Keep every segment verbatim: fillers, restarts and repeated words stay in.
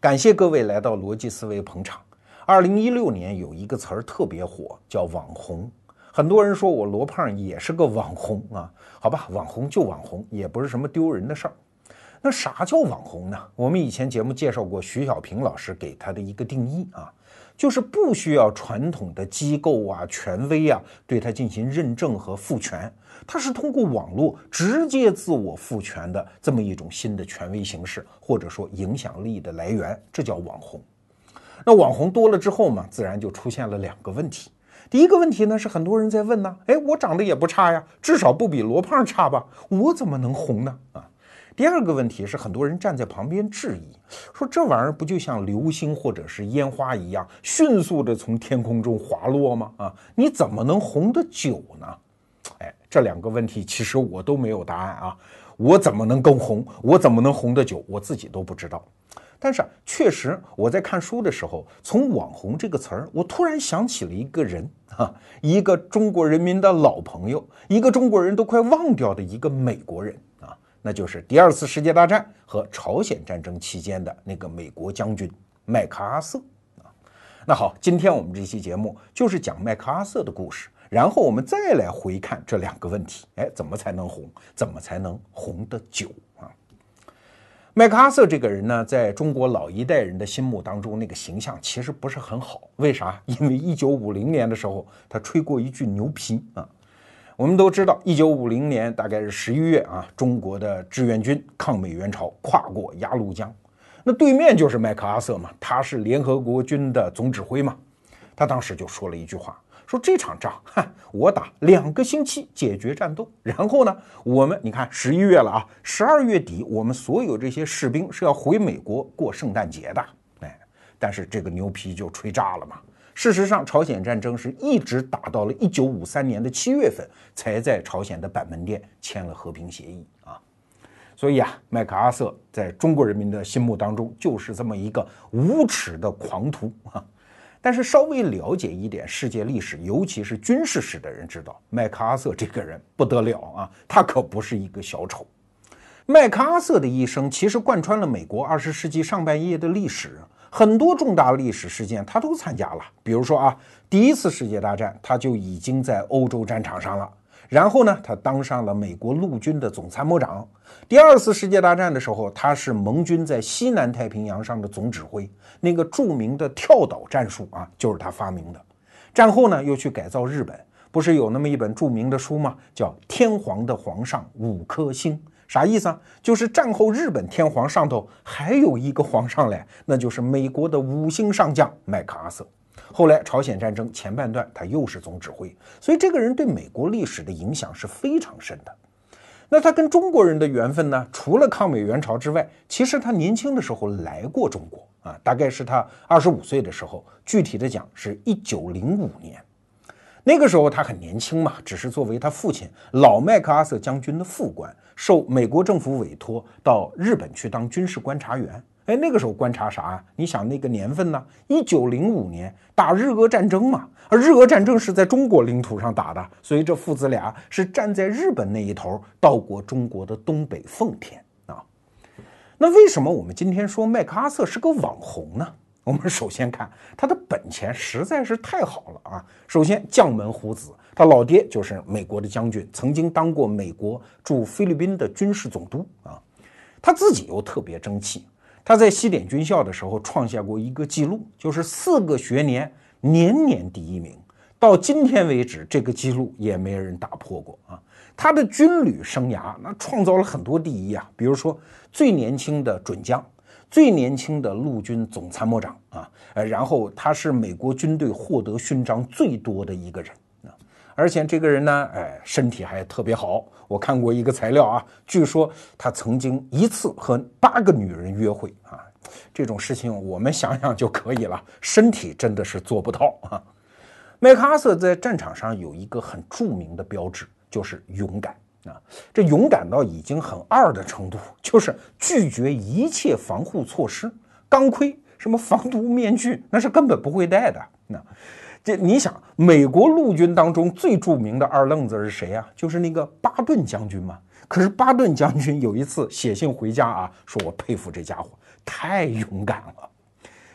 感谢各位来到逻辑思维捧场。二零一六年有一个词儿特别火，叫网红。很多人说我罗胖也是个网红啊，好吧，网红就网红，也不是什么丢人的事儿。那啥叫网红呢？我们以前节目介绍过徐小平老师给他的一个定义啊，就是不需要传统的机构啊、权威啊对他进行认证和赋权，它是通过网络直接自我赋权的这么一种新的权威形式，或者说影响力的来源，这叫网红。那网红多了之后嘛，自然就出现了两个问题。第一个问题呢，是很多人在问呢，哎，我长得也不差呀，至少不比罗胖差吧，我怎么能红呢？啊。第二个问题是，很多人站在旁边质疑，说这玩意儿不就像流星或者是烟花一样，迅速的从天空中滑落吗？啊，你怎么能红得久呢？哎，这两个问题其实我都没有答案啊。我怎么能更红？我怎么能红得久？我自己都不知道。但是啊，确实我在看书的时候，从网红这个词儿，我突然想起了一个人啊，一个中国人民的老朋友，一个中国人都快忘掉的一个美国人啊。那就是第二次世界大战和朝鲜战争期间的那个美国将军麦克阿瑟啊。那好，今天我们这期节目就是讲麦克阿瑟的故事，然后我们再来回看这两个问题，哎，怎么才能红？怎么才能红得久啊？麦克阿瑟这个人呢，在中国老一代人的心目当中，那个形象其实不是很好。为啥？因为一九五零年的时候，他吹过一句牛皮啊。我们都知道，一九五零年大概是十一月啊，中国的志愿军抗美援朝跨过鸭绿江，那对面就是麦克阿瑟嘛，他是联合国军的总指挥嘛。他当时就说了一句话，说这场仗，哈，我打两个星期解决战斗，然后呢，我们你看十一月了啊，十二月底我们所有这些士兵是要回美国过圣诞节的，哎，但是这个牛皮就吹炸了嘛。事实上，朝鲜战争是一直打到了一九五三年的七月份，才在朝鲜的板门店签了和平协议啊。所以啊，麦克阿瑟在中国人民的心目当中就是这么一个无耻的狂徒啊。但是稍微了解一点世界历史，尤其是军事史的人知道，麦克阿瑟这个人不得了啊，他可不是一个小丑。麦克阿瑟的一生其实贯穿了美国二十世纪上半叶的历史。很多重大历史事件他都参加了，比如说啊，第一次世界大战他就已经在欧洲战场上了，然后呢，他当上了美国陆军的总参谋长。第二次世界大战的时候，他是盟军在西南太平洋上的总指挥，那个著名的跳岛战术啊，就是他发明的。战后呢，又去改造日本，不是有那么一本著名的书吗？叫《天皇的皇上五颗星》。啥意思啊？就是战后日本天皇上头还有一个皇上嘞，那就是美国的五星上将麦克阿瑟。后来朝鲜战争前半段他又是总指挥，所以这个人对美国历史的影响是非常深的。那他跟中国人的缘分呢，除了抗美援朝之外，其实他年轻的时候来过中国啊，大概是他二十五岁的时候，具体的讲是一九零五年。那个时候他很年轻嘛，只是作为他父亲老麦克阿瑟将军的副官，受美国政府委托到日本去当军事观察员。哎，那个时候观察啥啊？你想那个年份呢？一九零五年打日俄战争嘛，而日俄战争是在中国领土上打的，所以这父子俩是站在日本那一头，到过中国的东北奉天啊。那为什么我们今天说麦克阿瑟是个网红呢？我们首先看他的本钱实在是太好了啊！首先将门虎子，他老爹就是美国的将军，曾经当过美国驻菲律宾的军事总督啊。他自己又特别争气，他在西点军校的时候创下过一个记录，就是四个学年年年第一名，到今天为止这个记录也没人打破过啊。他的军旅生涯那创造了很多第一啊，比如说最年轻的准将，最年轻的陆军总参谋长啊，呃，然后他是美国军队获得勋章最多的一个人啊，而且这个人呢，哎，身体还特别好。我看过一个材料啊，据说他曾经一次和八个女人约会啊，这种事情我们想想就可以了，身体真的是做不到啊。麦克阿瑟在战场上有一个很著名的标志，就是勇敢。啊，这勇敢到已经很二的程度，就是拒绝一切防护措施，钢盔、什么防毒面具，那是根本不会戴的。那这你想，美国陆军当中最著名的二愣子是谁啊？就是那个巴顿将军嘛。可是巴顿将军有一次写信回家啊，说我佩服这家伙，太勇敢了。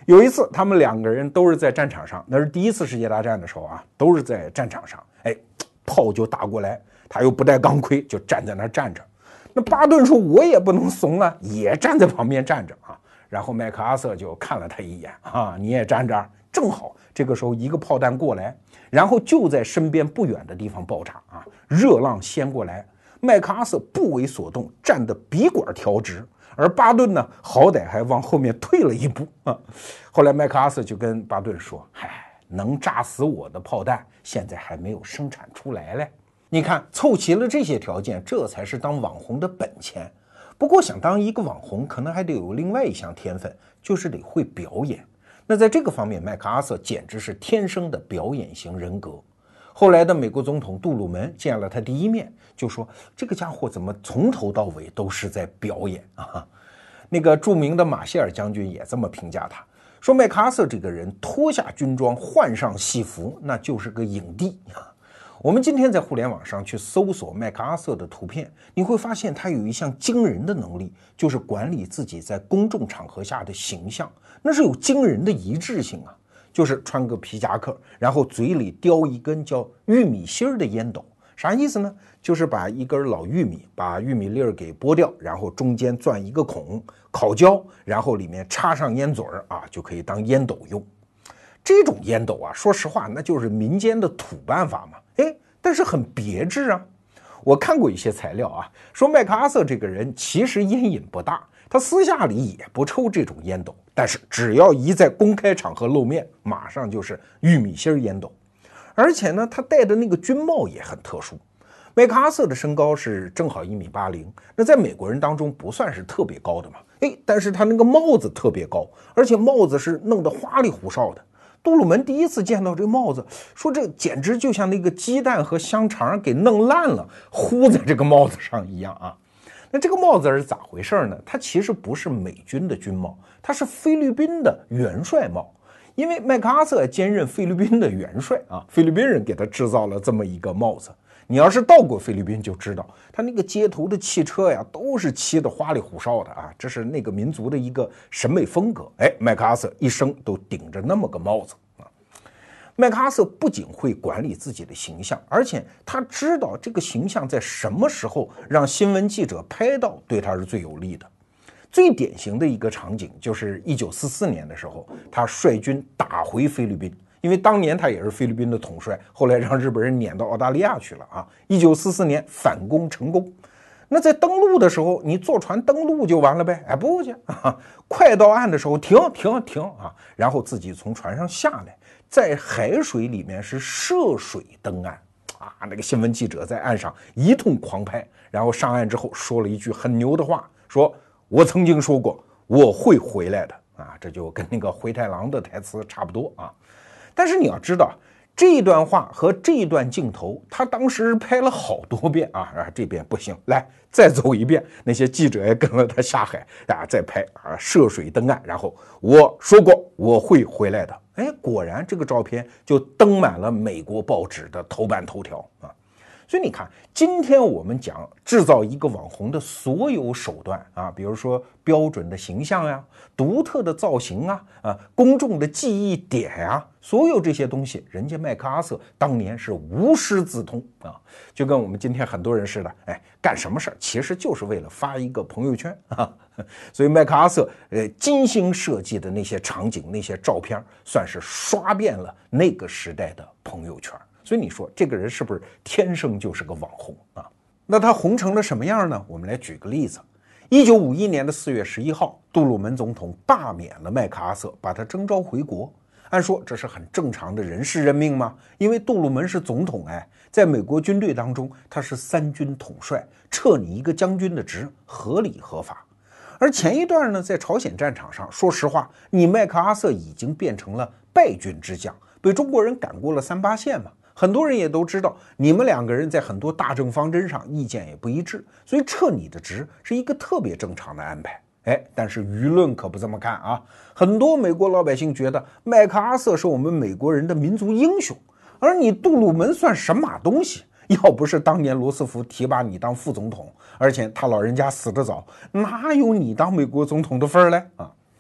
有一次，他们两个人都是在战场上，那是第一次世界大战的时候啊，都是在战场上，哎，炮就打过来，他又不带钢盔，就站在那儿站着。那巴顿说：“我也不能怂啊，也站在旁边站着啊。”然后麦克阿瑟就看了他一眼啊，你也站这儿，正好这个时候一个炮弹过来，然后就在身边不远的地方爆炸啊，热浪掀过来，麦克阿瑟不为所动，站得笔管调直。而巴顿呢，好歹还往后面退了一步啊。后来麦克阿瑟就跟巴顿说：“嗨，能炸死我的炮弹，现在还没有生产出来嘞。你看，凑齐了这些条件，这才是当网红的本钱。不过想当一个网红，可能还得有另外一项天分，就是得会表演。那在这个方面，麦克阿瑟简直是天生的表演型人格。后来的美国总统杜鲁门见了他第一面，就说这个家伙怎么从头到尾都是在表演啊？那个著名的马歇尔将军也这么评价他，说麦克阿瑟这个人脱下军装换上戏服，那就是个影帝啊。我们今天在互联网上去搜索麦克阿瑟的图片，你会发现他有一项惊人的能力，就是管理自己在公众场合下的形象，那是有惊人的一致性啊。就是穿个皮夹克，然后嘴里叼一根叫玉米芯儿的烟斗，啥意思呢？就是把一根老玉米，把玉米粒儿给剥掉，然后中间钻一个孔，烤焦，然后里面插上烟嘴儿啊，就可以当烟斗用。这种烟斗啊，说实话，那就是民间的土办法嘛，哎，但是很别致啊。我看过一些材料啊，说麦克阿瑟这个人其实烟瘾不大，他私下里也不抽这种烟斗，但是只要一在公开场合露面，马上就是玉米芯烟斗。而且呢，他戴的那个军帽也很特殊。麦克阿瑟的身高是正好一米八零，那在美国人当中不算是特别高的嘛，哎，但是他那个帽子特别高，而且帽子是弄得花里胡哨的。杜鲁门第一次见到这个帽子，说这简直就像那个鸡蛋和香肠给弄烂了，糊在这个帽子上一样啊。那这个帽子是咋回事呢？它其实不是美军的军帽，它是菲律宾的元帅帽。因为麦克阿瑟兼任菲律宾的元帅啊，菲律宾人给他制造了这么一个帽子。你要是到过菲律宾就知道，他那个街头的汽车呀，都是漆的花里胡哨的啊，这是那个民族的一个审美风格。哎，麦克阿瑟一生都顶着那么个帽子啊。麦克阿瑟不仅会管理自己的形象，而且他知道这个形象在什么时候让新闻记者拍到，对他是最有利的。最典型的一个场景就是一九四四年的时候，他率军打回菲律宾，因为当年他也是菲律宾的统帅，后来让日本人撵到澳大利亚去了啊。一九四四年反攻成功。那在登陆的时候，你坐船登陆就完了呗？哎，不去啊！快到岸的时候，停停停啊！然后自己从船上下来，在海水里面是涉水登岸啊！那个新闻记者在岸上一通狂拍，然后上岸之后说了一句很牛的话，说我曾经说过我会回来的啊！这就跟那个灰太狼的台词差不多啊。但是你要知道，这一段话和这一段镜头，他当时拍了好多遍啊，啊这边不行，来再走一遍。那些记者也跟了他下海啊，再拍啊，涉水登岸，然后我说过我会回来的。哎，果然这个照片就登满了美国报纸的头版头条啊。所以你看，今天我们讲制造一个网红的所有手段啊，比如说标准的形象呀、独特的造型啊、啊公众的记忆点呀，所有这些东西，人家麦克阿瑟当年是无师自通啊，就跟我们今天很多人似的，哎，干什么事儿其实就是为了发一个朋友圈啊。所以麦克阿瑟呃精心设计的那些场景、那些照片，算是刷遍了那个时代的朋友圈。所以你说这个人是不是天生就是个网红啊？那他红成了什么样呢？我们来举个例子。一九五一年的四月十一号，杜鲁门总统罢免了麦克阿瑟，把他征召回国。按说这是很正常的人事任命吗？因为杜鲁门是总统，哎，在美国军队当中他是三军统帅，撤你一个将军的职，合理合法。而前一段呢，在朝鲜战场上，说实话，你麦克阿瑟已经变成了败军之将，被中国人赶过了三八线嘛。很多人也都知道，你们两个人在很多大政方针上意见也不一致，所以撤你的职是一个特别正常的安排。哎，但是舆论可不这么看啊！很多美国老百姓觉得麦克阿瑟是我们美国人的民族英雄，而你杜鲁门算什么东西？要不是当年罗斯福提拔你当副总统，而且他老人家死得早，哪有你当美国总统的份儿嘞啊？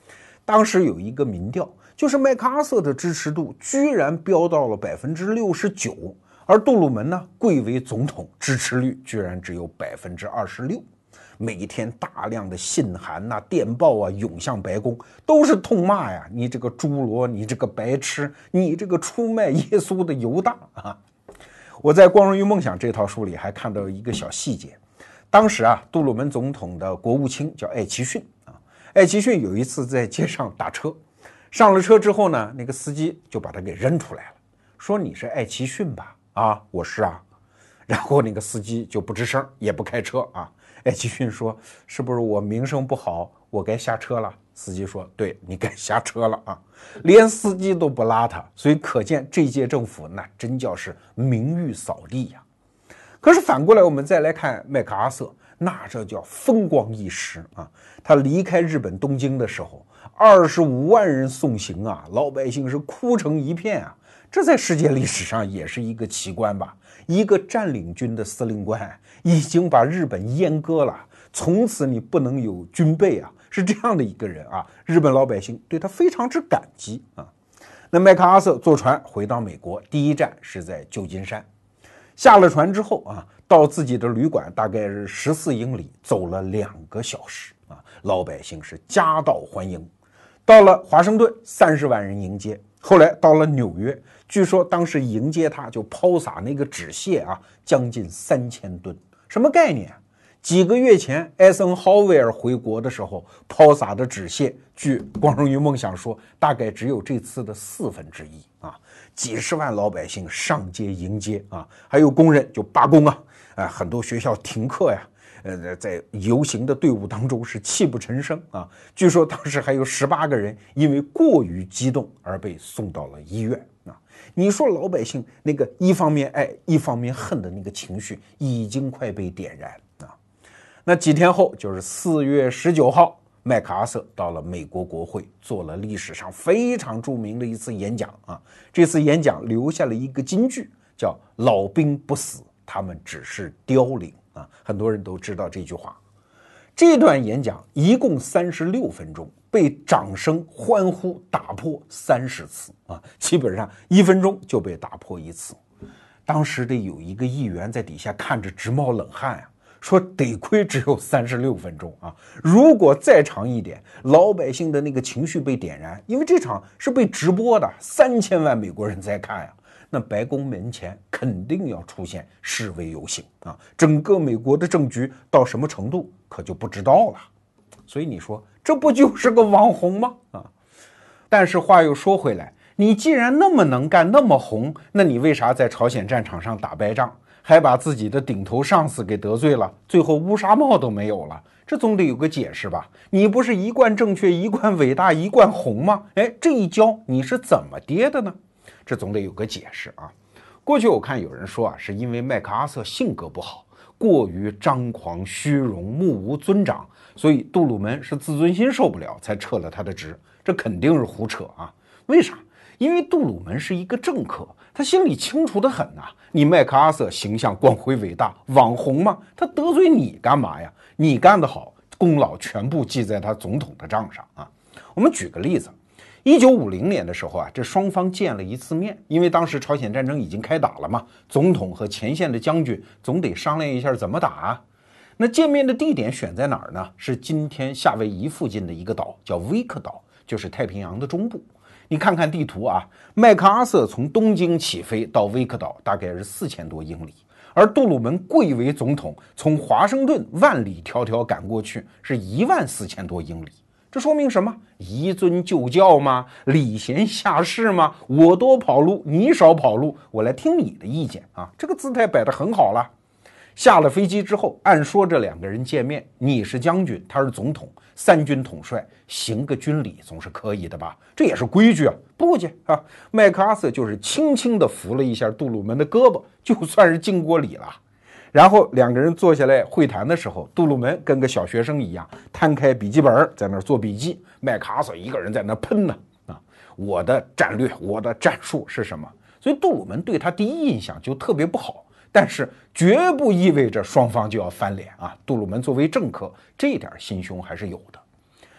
当时有一个民调，就是麦克阿瑟的支持度居然飙到了百分之六十九，而杜鲁门呢贵为总统，支持率居然只有百分之二十六。每天大量的信函呐、啊、电报啊涌向白宫，都是痛骂呀，你这个侏罗，你这个白痴，你这个出卖耶稣的犹大啊！我在《光荣与梦想》这套书里还看到一个小细节，当时啊，杜鲁门总统的国务卿叫艾奇逊啊，艾奇逊有一次在街上打车，上了车之后呢，那个司机就把他给认出来了，说你是艾奇逊吧？啊，我是啊。然后那个司机就不吱声，也不开车啊。艾奇逊说：“是不是我名声不好，我该下车了？”司机说：“对，你该下车了啊！”连司机都不拉他，所以可见这届政府那真叫是名誉扫地呀。可是反过来，我们再来看麦克阿瑟，那这叫风光一时啊！他离开日本东京的时候，二十五万人送行啊，老百姓是哭成一片啊！这在世界历史上也是一个奇观吧？一个占领军的司令官已经把日本阉割了，从此你不能有军备啊，是这样的一个人啊，日本老百姓对他非常之感激啊。那麦克阿瑟坐船回到美国，第一站是在旧金山，下了船之后啊，到自己的旅馆大概是十四英里，走了两个小时啊，老百姓是夹道欢迎。到了华盛顿，三十万人迎接。后来到了纽约，据说当时迎接他就抛洒那个纸屑啊，将近三千吨，什么概念？几个月前艾森豪威尔回国的时候抛洒的纸屑，据光荣与梦想说，大概只有这次的四分之一啊！几十万老百姓上街迎接啊，还有工人就罢工啊，啊，很多学校停课呀。呃，在游行的队伍当中是泣不成声啊！据说当时还有十八个人因为过于激动而被送到了医院啊！你说老百姓那个一方面爱一方面恨的那个情绪已经快被点燃啊！那几天后就是四月十九号，麦克阿瑟到了美国国会，做了历史上非常著名的一次演讲啊！这次演讲留下了一个金句，叫“老兵不死，他们只是凋零”。啊，很多人都知道这句话。这段演讲一共三十六分钟，被掌声欢呼打破三十次啊，基本上一分钟就被打破一次。当时得有一个议员在底下看着直冒冷汗啊，说得亏只有三十六分钟啊，如果再长一点，老百姓的那个情绪被点燃，因为这场是被直播的，三千万美国人在看呀。那白宫门前肯定要出现示威游行啊！整个美国的政局到什么程度可就不知道了。所以你说这不就是个网红吗？啊！但是话又说回来，你既然那么能干，那么红，那你为啥在朝鲜战场上打败仗，还把自己的顶头上司给得罪了，最后乌纱帽都没有了？这总得有个解释吧？你不是一贯正确、一贯伟大、一贯红吗？哎，这一跤你是怎么跌的呢？这总得有个解释啊！过去我看有人说啊，是因为麦克阿瑟性格不好，过于张狂、虚荣、目无尊长，所以杜鲁门是自尊心受不了，才撤了他的职。这肯定是胡扯啊！为啥？因为杜鲁门是一个政客，他心里清楚得很呐、啊。你麦克阿瑟形象光辉伟大，网红嘛，他得罪你干嘛呀？你干得好，功劳全部记在他总统的账上啊！我们举个例子。一九五零年的时候啊，这双方见了一次面，因为当时朝鲜战争已经开打了嘛，总统和前线的将军总得商量一下怎么打啊。那见面的地点选在哪儿呢？是今天夏威夷附近的一个岛，叫威克岛，就是太平洋的中部。你看看地图啊，麦克阿瑟从东京起飞到威克岛大概是四千多英里，而杜鲁门贵为总统，从华盛顿万里迢迢赶过去是一万四千多英里。这说明什么？移尊就教吗？礼贤下士吗？我多跑路，你少跑路，我来听你的意见啊！这个姿态摆得很好了。下了飞机之后，按说这两个人见面，你是将军，他是总统，三军统帅，行个军礼总是可以的吧？这也是规矩啊！不去啊！麦克阿瑟就是轻轻地扶了一下杜鲁门的胳膊，就算是敬过礼了。然后两个人坐下来会谈的时候，杜鲁门跟个小学生一样，摊开笔记本在那儿做笔记，麦克阿瑟一个人在那喷呢啊！我的战略，我的战术是什么？所以杜鲁门对他第一印象就特别不好，但是绝不意味着双方就要翻脸啊！杜鲁门作为政客，这点心胸还是有的。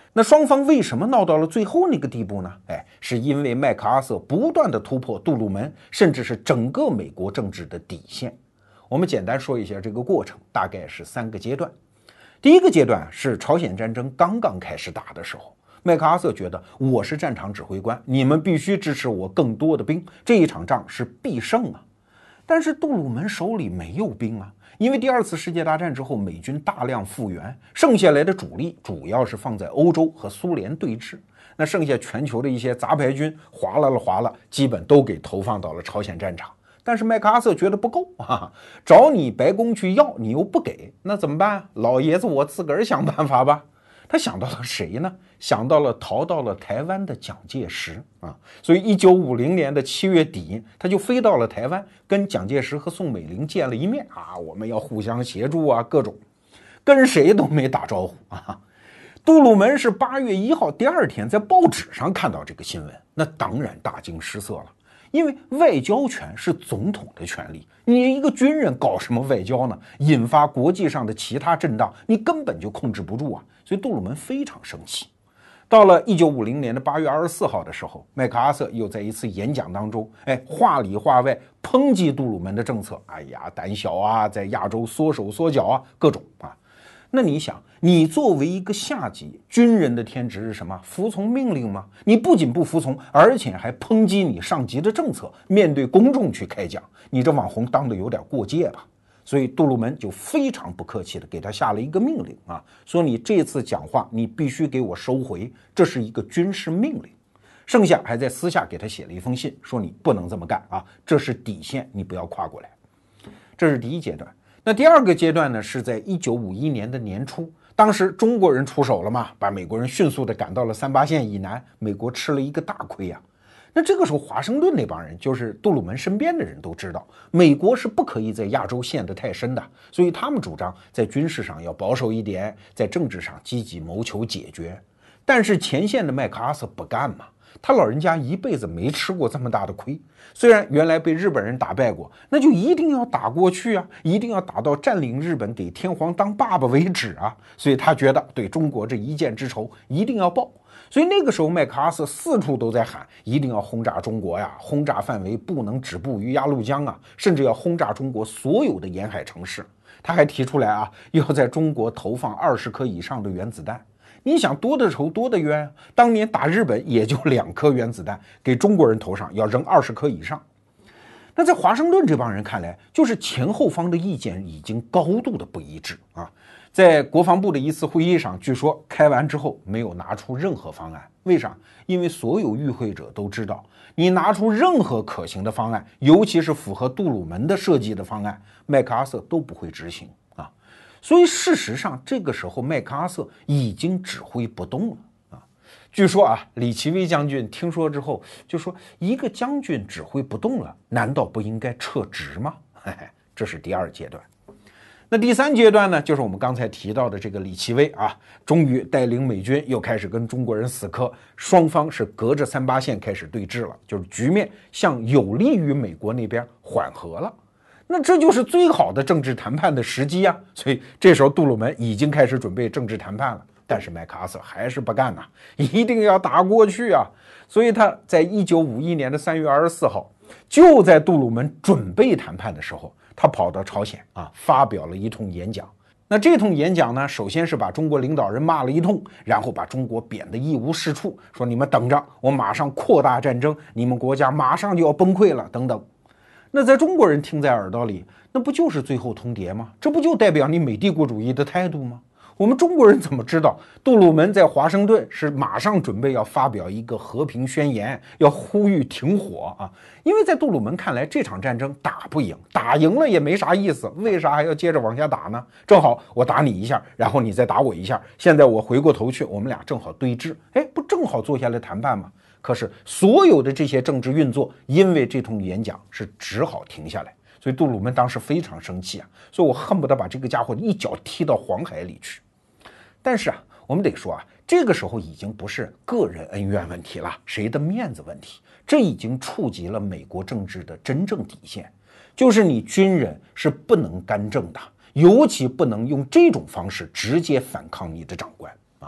那双方为什么闹到了最后那个地步呢？哎，是因为麦克阿瑟不断的突破杜鲁门，甚至是整个美国政治的底线。我们简单说一下这个过程，大概是三个阶段。第一个阶段是朝鲜战争刚刚开始打的时候，麦克阿瑟觉得我是战场指挥官，你们必须支持我更多的兵，这一场仗是必胜啊。但是杜鲁门手里没有兵啊，因为第二次世界大战之后美军大量复员，剩下来的主力主要是放在欧洲和苏联对峙，那剩下全球的一些杂牌军哗啦了哗啦，基本都给投放到了朝鲜战场。但是麦克阿瑟觉得不够啊，找你白宫去要，你又不给，那怎么办？老爷子我自个儿想办法吧。他想到了谁呢？想到了逃到了台湾的蒋介石啊，所以一九五零年的七月底，他就飞到了台湾，跟蒋介石和宋美龄见了一面啊，我们要互相协助啊，各种，跟谁都没打招呼啊。杜鲁门是八月一号第二天在报纸上看到这个新闻，那当然大惊失色了。因为外交权是总统的权利，你一个军人搞什么外交呢？引发国际上的其他震荡，你根本就控制不住啊！所以杜鲁门非常生气。到了一九五零年的八月二十四号的时候，麦克阿瑟又在一次演讲当中，哎，话里话外抨击杜鲁门的政策，哎呀，胆小啊，在亚洲缩手缩脚啊，各种啊。那你想，你作为一个下级军人的天职是什么？服从命令吗？你不仅不服从，而且还抨击你上级的政策，面对公众去开讲，你这网红当得有点过界吧？所以杜鲁门就非常不客气的给他下了一个命令啊，说你这次讲话你必须给我收回，这是一个军事命令。剩下还在私下给他写了一封信，说你不能这么干啊，这是底线，你不要跨过来。这是第一阶段。那第二个阶段呢，是在一九五一年的年初，当时中国人出手了嘛，把美国人迅速的赶到了三八线以南，美国吃了一个大亏啊。那这个时候华盛顿那帮人，就是杜鲁门身边的人都知道，美国是不可以在亚洲陷得太深的，所以他们主张在军事上要保守一点，在政治上积极谋求解决。但是前线的麦克阿瑟不干嘛，他老人家一辈子没吃过这么大的亏，虽然原来被日本人打败过，那就一定要打过去啊，一定要打到占领日本给天皇当爸爸为止啊，所以他觉得对中国这一箭之仇一定要报。所以那个时候麦克阿瑟四处都在喊，一定要轰炸中国呀，轰炸范围不能止步于鸭绿江啊，甚至要轰炸中国所有的沿海城市。他还提出来啊，要在中国投放二十颗以上的原子弹。你想多的仇多的冤啊，当年打日本也就两颗原子弹，给中国人头上要扔二十颗以上。那在华盛顿这帮人看来，就是前后方的意见已经高度的不一致啊。在国防部的一次会议上，据说开完之后没有拿出任何方案。为啥？因为所有与会者都知道，你拿出任何可行的方案，尤其是符合杜鲁门的设计的方案，麦克阿瑟都不会执行啊。所以事实上，这个时候麦克阿瑟已经指挥不动了啊。据说啊，李奇微将军听说之后就说：“一个将军指挥不动了，难道不应该撤职吗？”嘿嘿，这是第二阶段。那第三阶段呢，就是我们刚才提到的这个李奇微啊，终于带领美军又开始跟中国人死磕，双方是隔着三八线开始对峙了，就是局面向有利于美国那边缓和了。那这就是最好的政治谈判的时机啊！所以这时候杜鲁门已经开始准备政治谈判了，但是麦克阿瑟还是不干呐、啊，一定要打过去啊！所以他在一九五一年的三月二十四号，就在杜鲁门准备谈判的时候，他跑到朝鲜啊，发表了一通演讲。那这通演讲呢，首先是把中国领导人骂了一通，然后把中国贬得一无是处，说你们等着，我马上扩大战争，你们国家马上就要崩溃了，等等。那在中国人听在耳朵里，那不就是最后通牒吗？这不就代表你美帝国主义的态度吗？我们中国人怎么知道杜鲁门在华盛顿是马上准备要发表一个和平宣言，要呼吁停火啊？因为在杜鲁门看来，这场战争打不赢，打赢了也没啥意思，为啥还要接着往下打呢？正好我打你一下，然后你再打我一下，现在我回过头去，我们俩正好对峙，哎，不正好坐下来谈判吗？可是所有的这些政治运作，因为这通演讲是只好停下来。所以杜鲁门当时非常生气啊，说我恨不得把这个家伙一脚踢到黄海里去。但是啊，我们得说啊，这个时候已经不是个人恩怨问题了，谁的面子问题，这已经触及了美国政治的真正底线，就是你军人是不能干政的，尤其不能用这种方式直接反抗你的长官啊。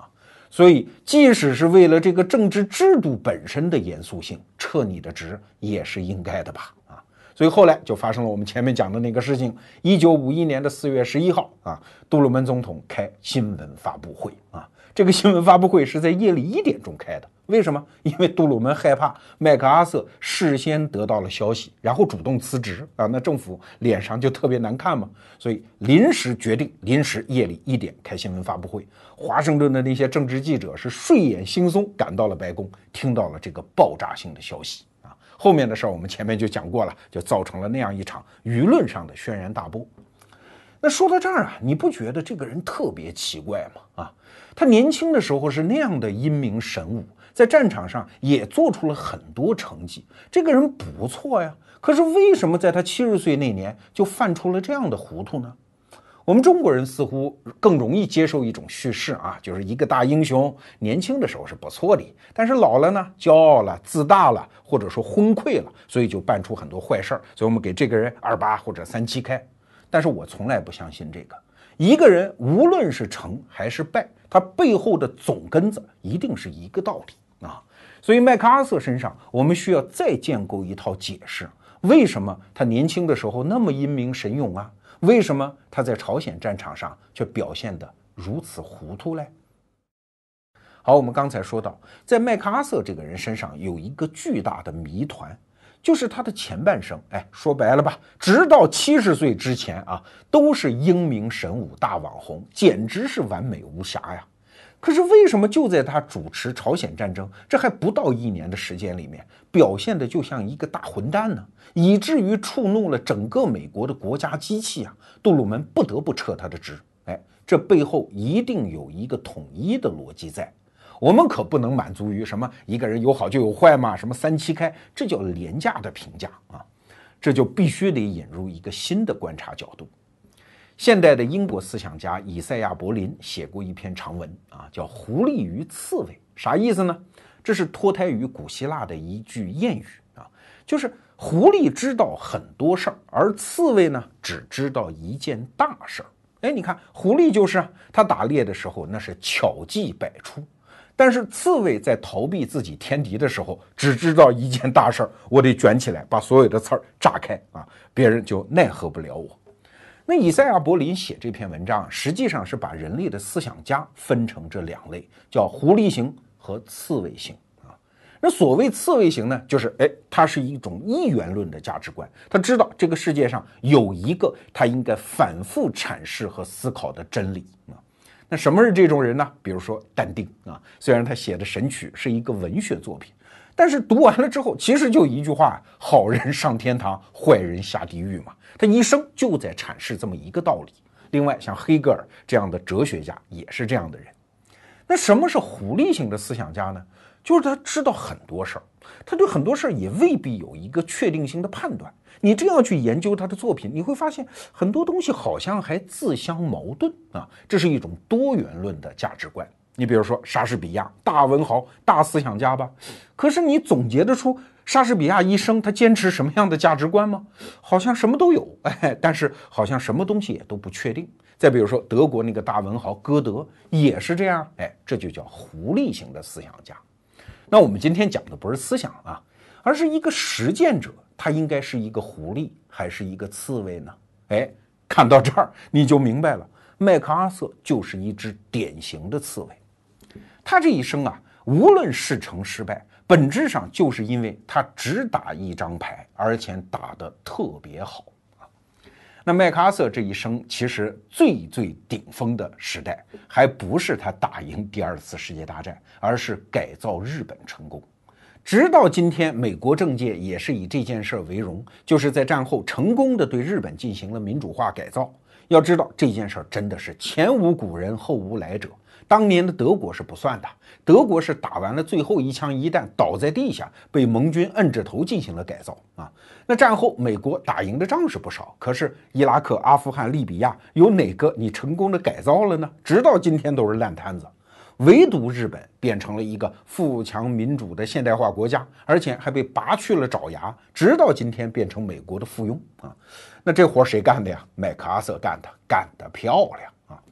所以即使是为了这个政治制度本身的严肃性，撤你的职也是应该的吧？啊，所以后来就发生了我们前面讲的那个事情。一九五一年的四月十一号啊，杜鲁门总统开新闻发布会啊，这个新闻发布会是在夜里一点钟开的。为什么？因为杜鲁门害怕麦克阿瑟事先得到了消息，然后主动辞职啊，那政府脸上就特别难看嘛，所以临时决定，临时夜里一点开新闻发布会。华盛顿的那些政治记者是睡眼惺忪赶到了白宫，听到了这个爆炸性的消息啊。后面的事儿我们前面就讲过了，就造成了那样一场舆论上的轩然大波。那说到这儿啊，你不觉得这个人特别奇怪吗？啊，他年轻的时候是那样的英明神武，在战场上也做出了很多成绩，这个人不错呀。可是为什么在他七十岁那年就犯出了这样的糊涂呢？我们中国人似乎更容易接受一种叙事啊，就是一个大英雄年轻的时候是不错的，但是老了呢，骄傲了、自大了，或者说昏聩了，所以就办出很多坏事儿。所以我们给这个人二八或者三七开。但是我从来不相信这个，一个人无论是成还是败，他背后的总根子一定是一个道理啊。所以麦克阿瑟身上，我们需要再建构一套解释，为什么他年轻的时候那么英明神勇啊？为什么他在朝鲜战场上却表现得如此糊涂嘞？好，我们刚才说到，在麦克阿瑟这个人身上有一个巨大的谜团，就是他的前半生，哎，说白了吧，直到七十岁之前啊，都是英明神武大网红，简直是完美无瑕呀。可是为什么就在他主持朝鲜战争这还不到一年的时间里面，表现的就像一个大混蛋呢？以至于触怒了整个美国的国家机器啊，杜鲁门不得不撤他的职。哎，这背后一定有一个统一的逻辑在。我们可不能满足于什么一个人有好就有坏嘛，什么三七开，这叫廉价的评价啊！这就必须得引入一个新的观察角度。现代的英国思想家以赛亚·柏林写过一篇长文啊，叫《狐狸与刺猬》，啥意思呢？这是脱胎于古希腊的一句谚语啊，就是狐狸知道很多事儿，而刺猬呢只知道一件大事儿。哎，你看狐狸就是啊，他打猎的时候那是巧计百出，但是刺猬在逃避自己天敌的时候，只知道一件大事儿，我得卷起来把所有的刺儿炸开啊，别人就奈何不了我。那以赛亚·柏林写这篇文章，实际上是把人类的思想家分成这两类，叫狐狸型和刺猬型啊。那所谓刺猬型呢，就是哎，它是一种一元论的价值观，他知道这个世界上有一个他应该反复阐释和思考的真理啊。那什么是这种人呢？比如说但丁啊，虽然他写的《神曲》是一个文学作品，但是读完了之后，其实就一句话：好人上天堂，坏人下地狱嘛。他一生就在阐释这么一个道理。另外，像黑格尔这样的哲学家也是这样的人。那什么是狐狸型的思想家呢？就是他知道很多事儿，他对很多事儿也未必有一个确定性的判断。你这样去研究他的作品，你会发现很多东西好像还自相矛盾啊，这是一种多元论的价值观。你比如说莎士比亚，大文豪、大思想家吧，可是你总结得出莎士比亚一生他坚持什么样的价值观吗？好像什么都有，哎，但是好像什么东西也都不确定。再比如说德国那个大文豪歌德也是这样，哎，这就叫狐狸型的思想家。那我们今天讲的不是思想啊，而是一个实践者，他应该是一个狐狸还是一个刺猬呢？哎，看到这儿你就明白了，麦克阿瑟就是一只典型的刺猬。他这一生啊，无论是成是败，本质上就是因为他只打一张牌，而且打得特别好啊。那麦克阿瑟这一生其实最最顶峰的时代，还不是他打赢第二次世界大战，而是改造日本成功。直到今天，美国政界也是以这件事为荣，就是在战后成功的对日本进行了民主化改造。要知道这件事真的是前无古人后无来者，当年的德国是不算的，德国是打完了最后一枪一弹倒在地下，被盟军摁着头进行了改造啊。那战后美国打赢的仗是不少，可是伊拉克、阿富汗、利比亚有哪个你成功的改造了呢？直到今天都是烂摊子。唯独日本变成了一个富强民主的现代化国家，而且还被拔去了爪牙，直到今天变成美国的附庸啊。那这活谁干的呀？麦克阿瑟干的，干得漂亮啊！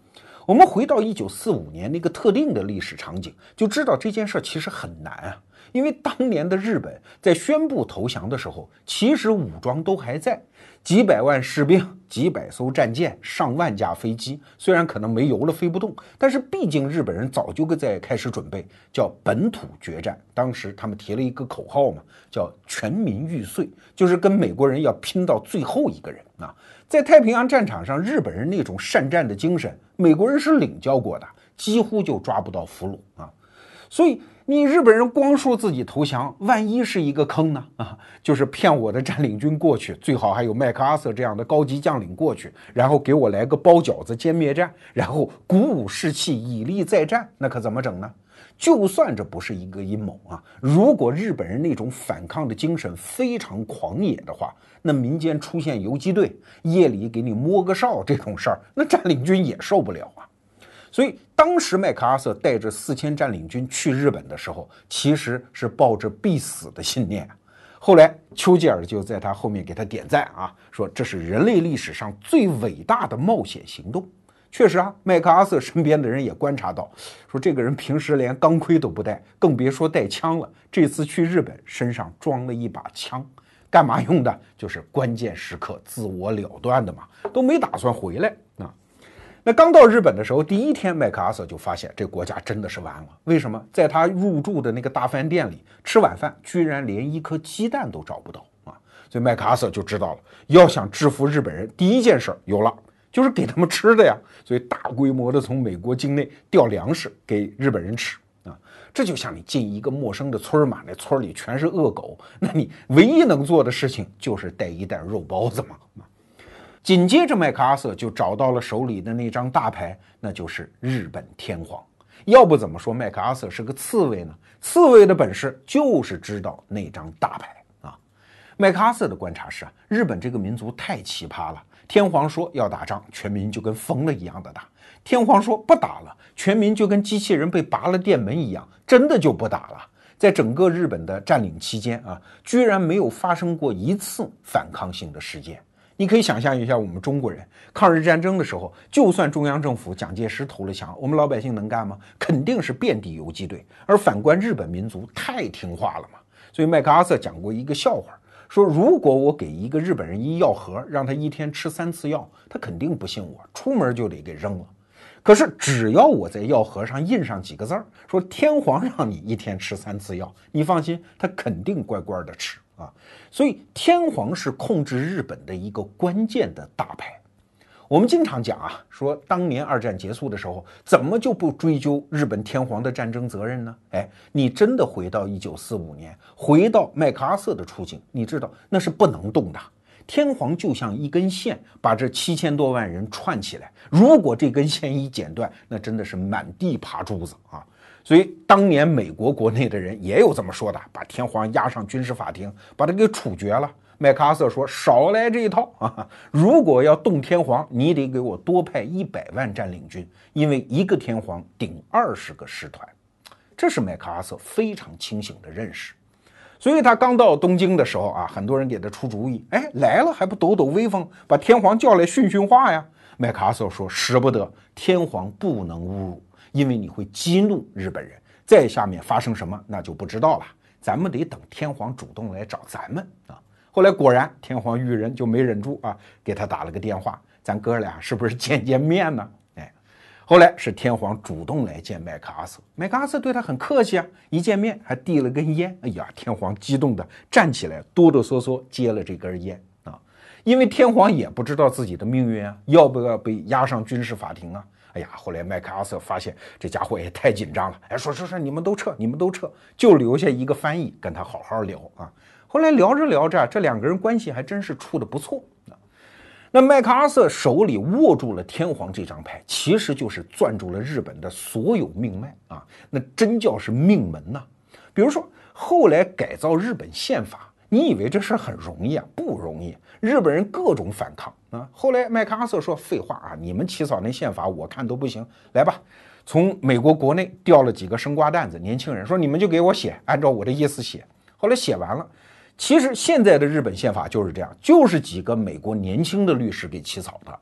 我们回到一九四五年那个特定的历史场景，就知道这件事其实很难啊。因为当年的日本在宣布投降的时候，其实武装都还在，几百万士兵、几百艘战舰、上万架飞机，虽然可能没油了飞不动，但是毕竟日本人早就在开始准备，叫本土决战。当时他们提了一个口号嘛，叫全民玉碎，就是跟美国人要拼到最后一个人啊。在太平洋战场上，日本人那种善战的精神，美国人是领教过的，几乎就抓不到俘虏啊。所以你日本人光说自己投降，万一是一个坑呢？啊，就是骗我的占领军过去，最好还有麦克阿瑟这样的高级将领过去，然后给我来个包饺子歼灭战，然后鼓舞士气，以力再战，那可怎么整呢？就算这不是一个阴谋啊，如果日本人那种反抗的精神非常狂野的话，那民间出现游击队，夜里给你摸个哨这种事儿，那占领军也受不了啊。所以当时麦克阿瑟带着四千占领军去日本的时候，其实是抱着必死的信念。后来丘吉尔就在他后面给他点赞啊，说这是人类历史上最伟大的冒险行动。确实啊，麦克阿瑟身边的人也观察到，说这个人平时连钢盔都不带，更别说带枪了。这次去日本身上装了一把枪，干嘛用的？就是关键时刻自我了断的嘛，都没打算回来啊。那刚到日本的时候，第一天麦克阿瑟就发现这国家真的是完了。为什么？在他入住的那个大饭店里吃晚饭，居然连一颗鸡蛋都找不到啊！所以麦克阿瑟就知道了，要想制服日本人，第一件事有了，就是给他们吃的呀。所以大规模的从美国境内调粮食给日本人吃啊。这就像你进一个陌生的村嘛，那村里全是恶狗，那你唯一能做的事情就是带一袋肉包子嘛。紧接着麦克阿瑟就找到了手里的那张大牌，那就是日本天皇。要不怎么说麦克阿瑟是个刺猬呢？刺猬的本事就是知道那张大牌啊。麦克阿瑟的观察是啊，日本这个民族太奇葩了。天皇说要打仗，全民就跟疯了一样的打；天皇说不打了，全民就跟机器人被拔了电门一样，真的就不打了。在整个日本的占领期间啊，居然没有发生过一次反抗性的事件。你可以想象一下，我们中国人抗日战争的时候，就算中央政府蒋介石投了降，我们老百姓能干吗？肯定是遍地游击队。而反观日本民族太听话了嘛，所以麦克阿瑟讲过一个笑话，说如果我给一个日本人一药盒，让他一天吃三次药，他肯定不信我，出门就得给扔了。可是只要我在药盒上印上几个字儿，说天皇让你一天吃三次药，你放心，他肯定乖乖的吃啊。所以天皇是控制日本的一个关键的大牌。我们经常讲啊，说当年二战结束的时候，怎么就不追究日本天皇的战争责任呢？哎，你真的回到一九四五年，回到麦克阿瑟的处境，你知道那是不能动的。天皇就像一根线，把这七千多万人串起来。如果这根线一剪断，那真的是满地爬珠子啊！所以当年美国国内的人也有这么说的，把天皇押上军事法庭，把他给处决了。麦克阿瑟说：“少来这一套啊！如果要动天皇，你得给我多派一百万占领军，因为一个天皇顶二十个师团。”这是麦克阿瑟非常清醒的认识。所以他刚到东京的时候啊，很多人给他出主意，哎，来了还不抖抖威风，把天皇叫来训训话呀。麦克阿瑟说：“使不得，天皇不能侮辱，因为你会激怒日本人。再下面发生什么，那就不知道了。咱们得等天皇主动来找咱们啊。”后来果然，天皇裕仁就没忍住啊，给他打了个电话，咱哥俩是不是见见面呢？哎，后来是天皇主动来见麦克阿瑟，麦克阿瑟对他很客气啊，一见面还递了根烟。哎呀，天皇激动的站起来，哆哆嗦嗦接了这根烟啊，因为天皇也不知道自己的命运啊，要不要被押上军事法庭啊？哎呀，后来麦克阿瑟发现这家伙也太紧张了，哎，说说说，你们都撤，你们都撤，就留下一个翻译跟他好好聊啊。后来聊着聊着，这两个人关系还真是处得不错啊。那麦克阿瑟手里握住了天皇这张牌，其实就是攥住了日本的所有命脉啊，那真叫是命门呐。比如说后来改造日本宪法，你以为这事很容易啊？不容易，日本人各种反抗啊。后来麦克阿瑟说：“废话啊，你们起草那宪法我看都不行，来吧。”从美国国内调了几个生瓜蛋子年轻人，说你们就给我写，按照我的意思写。后来写完了。其实现在的日本宪法就是这样，就是几个美国年轻的律师给起草的啊。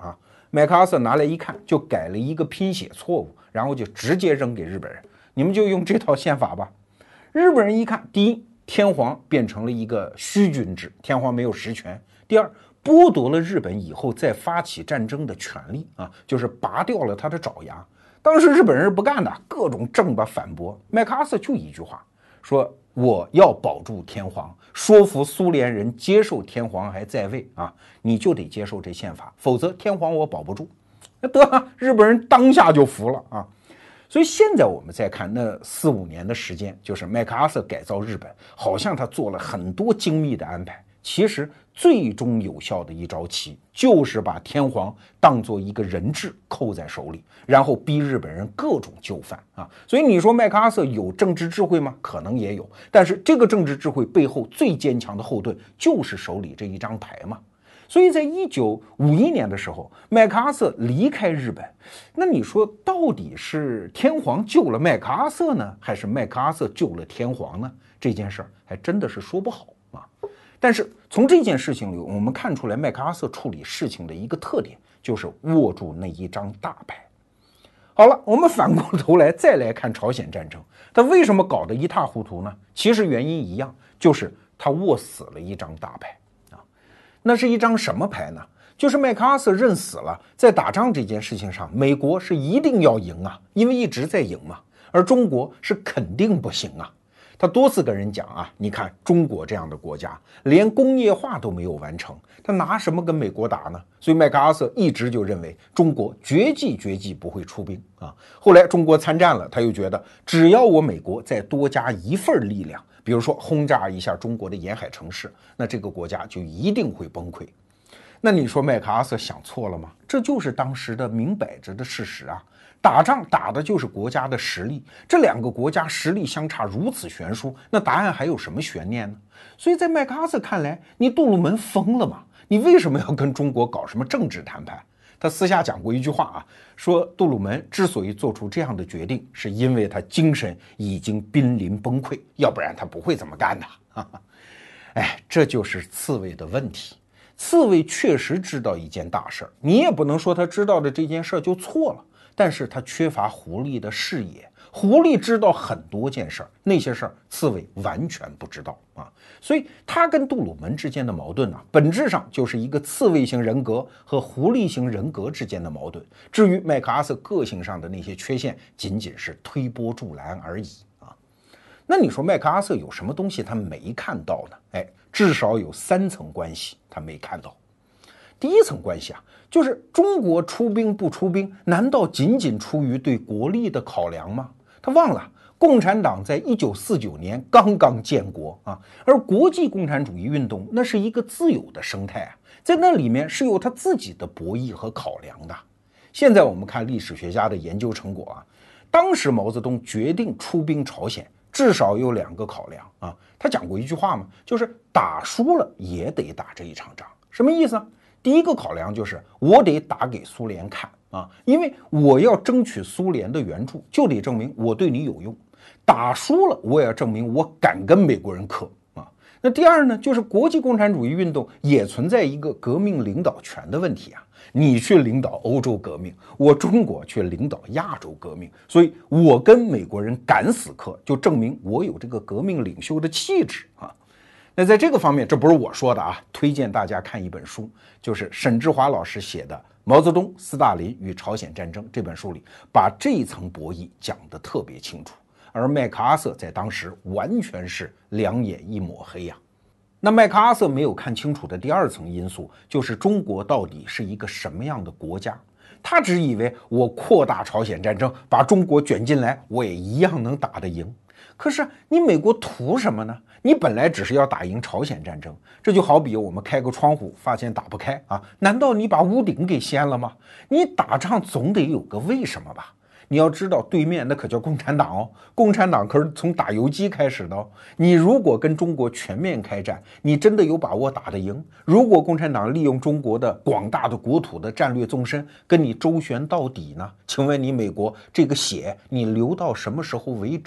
麦克阿瑟拿来一看，就改了一个拼写错误，然后就直接扔给日本人，你们就用这套宪法吧。日本人一看，第一，天皇变成了一个虚君制，天皇没有实权；第二，剥夺了日本以后再发起战争的权利啊，就是拔掉了他的爪牙。当时日本人是不干的，各种正吧反驳。麦克阿瑟就一句话，说我要保住天皇，说服苏联人接受天皇还在位啊，你就得接受这宪法，否则天皇我保不住。那得，日本人当下就服了啊。所以现在我们再看那四五年的时间，就是麦克阿瑟改造日本，好像他做了很多精密的安排，其实最终有效的一招棋就是把天皇当做一个人质扣在手里，然后逼日本人各种就范啊。所以你说麦克阿瑟有政治智慧吗？可能也有，但是这个政治智慧背后最坚强的后盾就是手里这一张牌嘛。所以在一九五一年的时候，麦克阿瑟离开日本，那你说到底是天皇救了麦克阿瑟呢，还是麦克阿瑟救了天皇呢？这件事儿还真的是说不好啊。但是从这件事情里，我们看出来麦克阿瑟处理事情的一个特点，就是握住那一张大牌。好了，我们反过头来再来看朝鲜战争，他为什么搞得一塌糊涂呢？其实原因一样，就是他握死了一张大牌。那是一张什么牌呢？就是麦克阿瑟认死了，在打仗这件事情上，美国是一定要赢啊，因为一直在赢嘛，而中国是肯定不行啊。他多次跟人讲啊，你看中国这样的国家，连工业化都没有完成，他拿什么跟美国打呢？所以麦克阿瑟一直就认为中国绝技绝技不会出兵啊。后来中国参战了，他又觉得只要我美国再多加一份力量，比如说轰炸一下中国的沿海城市，那这个国家就一定会崩溃。那你说麦克阿瑟想错了吗？这就是当时的明摆着的事实啊。打仗打的就是国家的实力，这两个国家实力相差如此悬殊，那答案还有什么悬念呢？所以在麦克阿瑟看来，你杜鲁门疯了吗？你为什么要跟中国搞什么政治谈判？他私下讲过一句话啊，说杜鲁门之所以做出这样的决定，是因为他精神已经濒临崩溃，要不然他不会这么干的。哈哈，哎，这就是刺猬的问题。刺猬确实知道一件大事儿，你也不能说他知道的这件事儿就错了，但是他缺乏狐狸的视野。狐狸知道很多件事儿，那些事儿刺猬完全不知道啊。所以他跟杜鲁门之间的矛盾呢、啊，本质上就是一个刺猬型人格和狐狸型人格之间的矛盾。至于麦克阿瑟个性上的那些缺陷，仅仅是推波助澜而已啊。那你说麦克阿瑟有什么东西他没看到呢？哎，至少有三层关系他没看到。第一层关系啊，就是中国出兵不出兵，难道仅仅出于对国力的考量吗？他忘了共产党在一九四九年刚刚建国啊，而国际共产主义运动那是一个自由的生态啊，在那里面是有他自己的博弈和考量的。现在我们看历史学家的研究成果啊，当时毛泽东决定出兵朝鲜，至少有两个考量啊。他讲过一句话嘛，就是打输了也得打这一场仗。什么意思啊？第一个考量就是我得打给苏联看啊，因为我要争取苏联的援助，就得证明我对你有用。打输了，我也要证明我敢跟美国人磕啊。那第二呢，就是国际共产主义运动也存在一个革命领导权的问题啊。你去领导欧洲革命，我中国去领导亚洲革命，所以我跟美国人敢死磕，就证明我有这个革命领袖的气质啊。那在这个方面，这不是我说的啊，推荐大家看一本书，就是沈志华老师写的《毛泽东、斯大林与朝鲜战争》这本书里，把这一层博弈讲得特别清楚。而麦克阿瑟在当时完全是两眼一抹黑呀、啊。那麦克阿瑟没有看清楚的第二层因素，就是中国到底是一个什么样的国家。他只以为我扩大朝鲜战争，把中国卷进来，我也一样能打得赢。可是你美国图什么呢？你本来只是要打赢朝鲜战争，这就好比我们开个窗户发现打不开啊，难道你把屋顶给掀了吗？你打仗总得有个为什么吧？你要知道对面那可叫共产党哦，共产党可是从打游击开始的哦。你如果跟中国全面开战，你真的有把握打得赢？如果共产党利用中国的广大的国土的战略纵深跟你周旋到底呢？请问你美国这个血你流到什么时候为止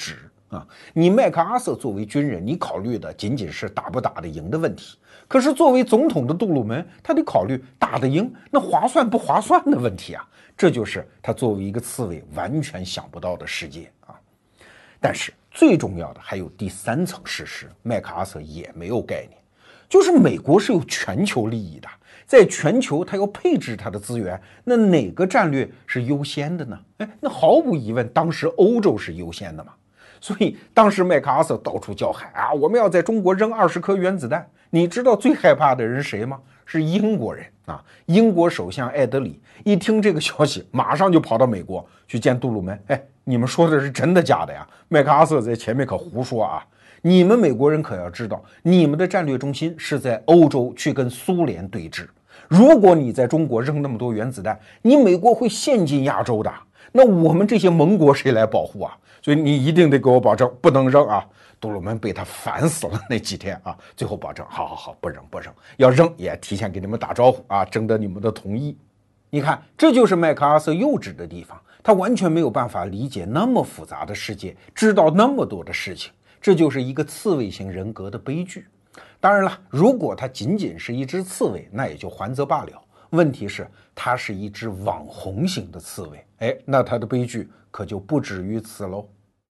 啊。你麦克阿瑟作为军人，你考虑的仅仅是打不打得赢的问题，可是作为总统的杜鲁门，他得考虑打得赢那划算不划算的问题啊。这就是他作为一个刺猬完全想不到的世界啊。但是最重要的还有第三层事实，麦克阿瑟也没有概念，就是美国是有全球利益的，在全球他要配置他的资源，那哪个战略是优先的呢？哎，那毫无疑问，当时欧洲是优先的嘛。所以当时麦克阿瑟到处叫喊啊，我们要在中国扔二十颗原子弹。你知道最害怕的人谁吗？是英国人啊！英国首相艾德里一听这个消息，马上就跑到美国去见杜鲁门。哎，你们说的是真的假的呀？麦克阿瑟在前面可胡说啊！你们美国人可要知道，你们的战略中心是在欧洲去跟苏联对峙。如果你在中国扔那么多原子弹，你美国会陷进亚洲的。那我们这些盟国谁来保护啊？所以你一定得给我保证，不能扔啊！杜鲁门被他烦死了那几天啊，最后保证，好好好，不扔不扔，要扔也提前给你们打招呼啊，征得你们的同意。你看，这就是麦克阿瑟幼稚的地方，他完全没有办法理解那么复杂的世界，知道那么多的事情，这就是一个刺猬型人格的悲剧。当然了，如果他仅仅是一只刺猬，那也就还则罢了。问题是，他是一只网红型的刺猬，哎，那他的悲剧可就不止于此喽。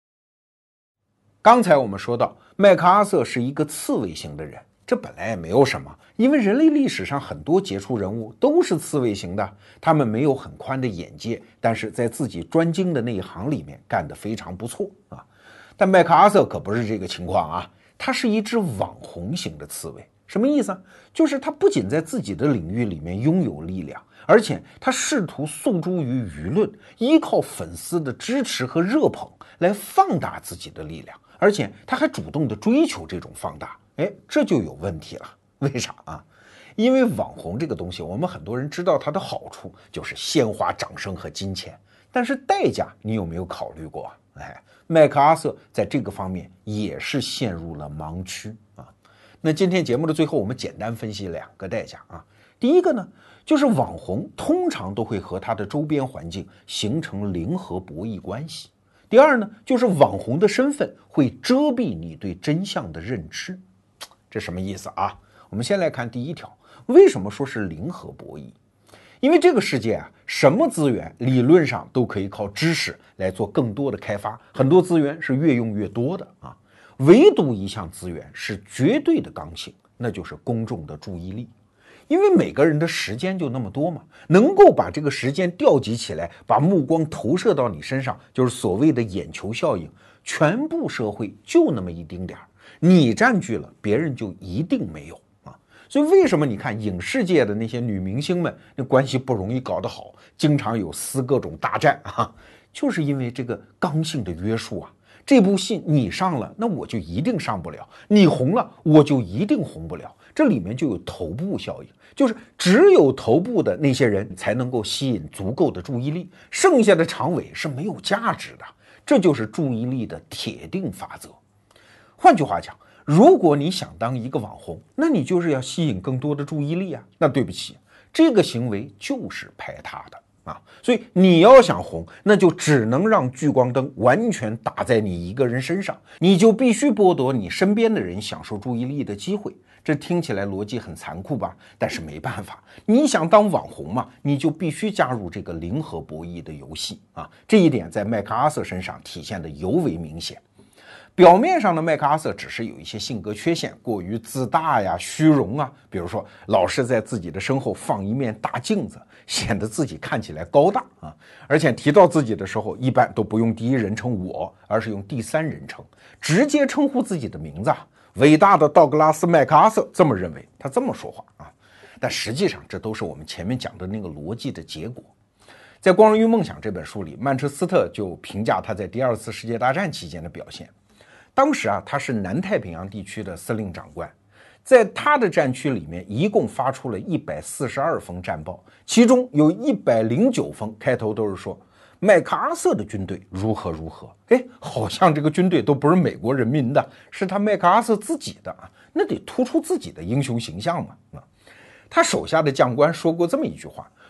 刚才我们说到，麦克阿瑟是一个刺猬型的人，这本来也没有什么，因为人类历史上很多杰出人物都是刺猬型的，他们没有很宽的眼界，但是在自己专精的那一行里面干得非常不错啊。但麦克阿瑟可不是这个情况啊，他是一只网红型的刺猬。什么意思啊？就是他不仅在自己的领域里面拥有力量，而且他试图诉诸于舆论，依靠粉丝的支持和热捧来放大自己的力量，而且他还主动的追求这种放大。哎，这就有问题了。为啥啊？因为网红这个东西，我们很多人知道它的好处就是鲜花、掌声和金钱，但是代价你有没有考虑过啊？哎，麦克阿瑟在这个方面也是陷入了盲区啊。那今天节目的最后，我们简单分析两个代价啊。第一个呢，就是网红通常都会和他的周边环境形成零和博弈关系。第二呢，就是网红的身份会遮蔽你对真相的认知。这什么意思啊？我们先来看第一条，为什么说是零和博弈？因为这个世界啊，什么资源理论上都可以靠知识来做更多的开发，很多资源是越用越多的啊。唯独一项资源是绝对的刚性，那就是公众的注意力。因为每个人的时间就那么多嘛，能够把这个时间调集起来，把目光投射到你身上，就是所谓的眼球效应。全部社会就那么一丁点儿，你占据了，别人就一定没有啊。所以为什么你看影视界的那些女明星们，那关系不容易搞得好，经常有撕各种大战啊，就是因为这个刚性的约束啊。这部戏你上了，那我就一定上不了；你红了，我就一定红不了。这里面就有头部效应，就是只有头部的那些人才能够吸引足够的注意力，剩下的长尾是没有价值的。这就是注意力的铁定法则。换句话讲，如果你想当一个网红，那你就是要吸引更多的注意力啊。那对不起，这个行为就是排他的。啊，所以你要想红，那就只能让聚光灯完全打在你一个人身上，你就必须剥夺你身边的人享受注意力的机会。这听起来逻辑很残酷吧？但是没办法，你想当网红嘛，你就必须加入这个零和博弈的游戏啊。这一点在麦克阿瑟身上体现的尤为明显。表面上的麦克阿瑟只是有一些性格缺陷，过于自大呀、虚荣啊，比如说老是在自己的身后放一面大镜子，显得自己看起来高大啊。而且提到自己的时候，一般都不用第一人称我，而是用第三人称，直接称呼自己的名字啊。伟大的道格拉斯·麦克阿瑟这么认为，他这么说话啊。但实际上，这都是我们前面讲的那个逻辑的结果。在《光荣与梦想》这本书里，曼彻斯特就评价他在第二次世界大战期间的表现。当时啊，他是南太平洋地区的司令长官，在他的战区里面，一共发出了一百四十二封战报，其中有一百零九封开头都是说麦克阿瑟的军队如何如何。哎，好像这个军队都不是美国人民的，是他麦克阿瑟自己的啊，那得突出自己的英雄形象嘛。啊，他手下的将官说过这么一句话，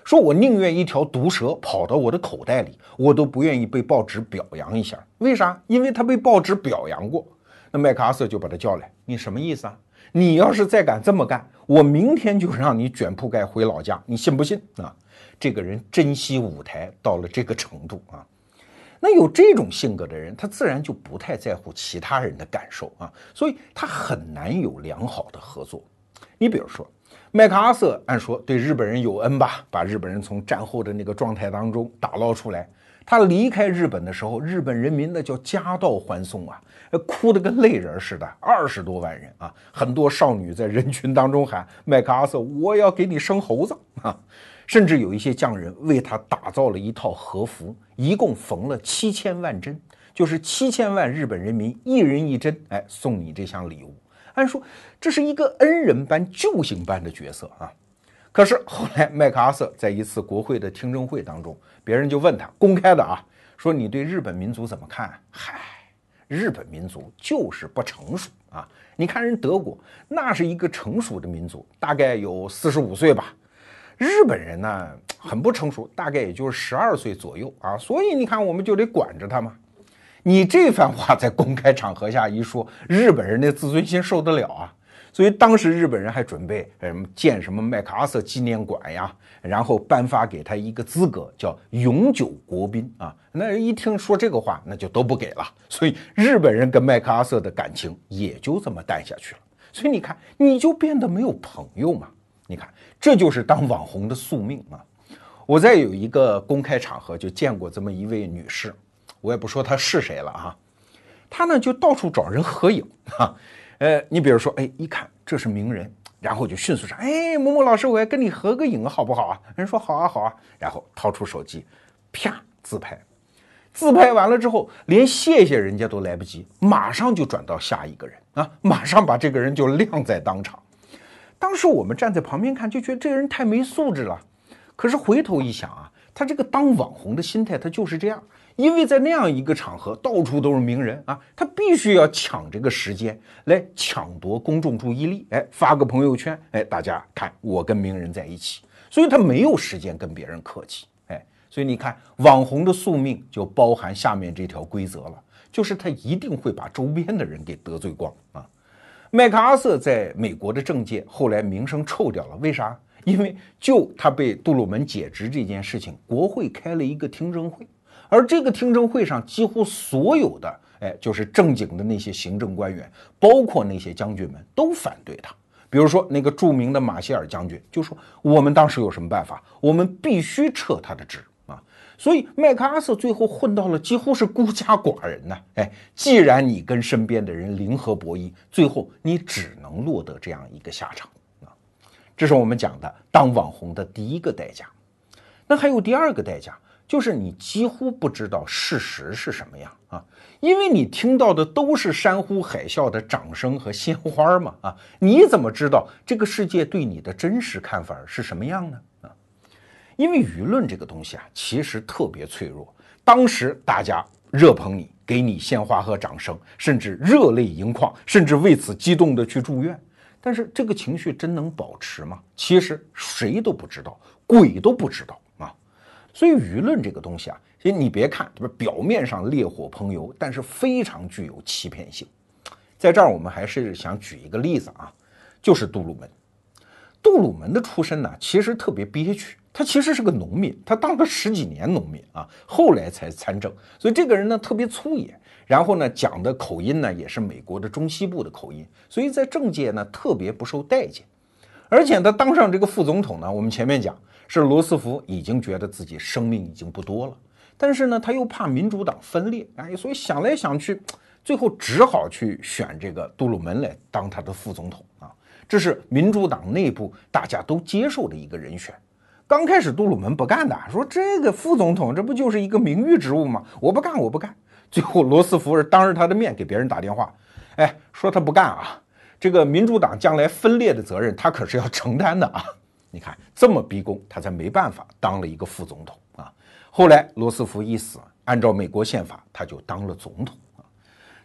说我宁愿一条毒蛇跑到我的口袋里，我都不愿意被报纸表扬一下。为啥？因为他被报纸表扬过。那麦克阿瑟就把他叫来，你什么意思啊？你要是再敢这么干，我明天就让你卷铺盖回老家，你信不信啊？这个人珍惜舞台到了这个程度啊。那有这种性格的人，他自然就不太在乎其他人的感受啊，所以他很难有良好的合作。你比如说，麦克阿瑟按说对日本人有恩吧，把日本人从战后的那个状态当中打捞出来。他离开日本的时候，日本人民那叫夹道欢送啊，哭得跟泪人似的，二十多万人啊，很多少女在人群当中喊麦克阿瑟，我要给你生猴子啊！甚至有一些匠人为他打造了一套和服，一共缝了七千万针，就是七千万日本人民一人一针，哎，送你这项礼物。按说这是一个恩人般救星般的角色啊。可是后来麦克阿瑟在一次国会的听证会当中，别人就问他，公开的啊，说你对日本民族怎么看？嗨，日本民族就是不成熟啊！你看人德国，那是一个成熟的民族，大概有四十五岁吧。日本人呢很不成熟，大概也就是十二岁左右啊，所以你看我们就得管着他嘛。你这番话在公开场合下一说，日本人的自尊心受得了啊？所以当时日本人还准备什么建什么麦克阿瑟纪念馆呀，然后颁发给他一个资格叫永久国宾啊。那人一听说这个话，那就都不给了。所以日本人跟麦克阿瑟的感情也就这么淡下去了。所以你看，你就变得没有朋友嘛。你看，这就是当网红的宿命啊。我在有一个公开场合就见过这么一位女士，我也不说她是谁了啊。她呢就到处找人合影啊。呃，你比如说，哎，一看这是名人，然后就迅速说，哎，某某老师，我要跟你合个影，好不好啊？人说好啊，好啊，然后掏出手机，啪，自拍，自拍完了之后，连谢谢人家都来不及，马上就转到下一个人啊，马上把这个人就晾在当场。当时我们站在旁边看，就觉得这个人太没素质了。可是回头一想啊，他这个当网红的心态，他就是这样。因为在那样一个场合，到处都是名人啊，他必须要抢这个时间来抢夺公众注意力，哎，发个朋友圈，哎，大家看我跟名人在一起，所以他没有时间跟别人客气，哎，所以你看网红的宿命就包含下面这条规则了，就是他一定会把周边的人给得罪光啊。麦克阿瑟在美国的政界后来名声臭掉了，为啥？因为就他被杜鲁门解职这件事情，国会开了一个听证会。而这个听证会上，几乎所有的哎，就是正经的那些行政官员，包括那些将军们，都反对他。比如说那个著名的马歇尔将军就说：“我们当时有什么办法？我们必须撤他的职啊！”所以麦克阿瑟最后混到了几乎是孤家寡人呢。哎，既然你跟身边的人零和博弈，最后你只能落得这样一个下场啊！这是我们讲的当网红的第一个代价。那还有第二个代价。就是你几乎不知道事实是什么样啊，因为你听到的都是山呼海啸的掌声和鲜花嘛啊，你怎么知道这个世界对你的真实看法是什么样呢？啊，因为舆论这个东西啊，其实特别脆弱。当时大家热捧你，给你鲜花和掌声，甚至热泪盈眶，甚至为此激动的去住院。但是这个情绪真能保持吗？其实谁都不知道，鬼都不知道。所以舆论这个东西啊，其实你别看，对吧？表面上烈火烹油，但是非常具有欺骗性。在这儿，我们还是想举一个例子啊，就是杜鲁门。杜鲁门的出身呢，其实特别憋屈，他其实是个农民，他当了十几年农民啊，后来才参政。所以这个人呢特别粗野，然后呢讲的口音呢也是美国的中西部的口音，所以在政界呢特别不受待见。而且他当上这个副总统呢，我们前面讲。是罗斯福已经觉得自己生命已经不多了，但是呢，他又怕民主党分裂，哎，所以想来想去，最后只好去选这个杜鲁门来当他的副总统啊。这是民主党内部大家都接受的一个人选。刚开始杜鲁门不干的，说这个副总统这不就是一个名誉职务吗？我不干，我不干。最后罗斯福是当着他的面给别人打电话，哎，说他不干啊，这个民主党将来分裂的责任他可是要承担的啊。你看这么逼宫，他才没办法当了一个副总统啊。后来罗斯福一死，按照美国宪法，他就当了总统啊。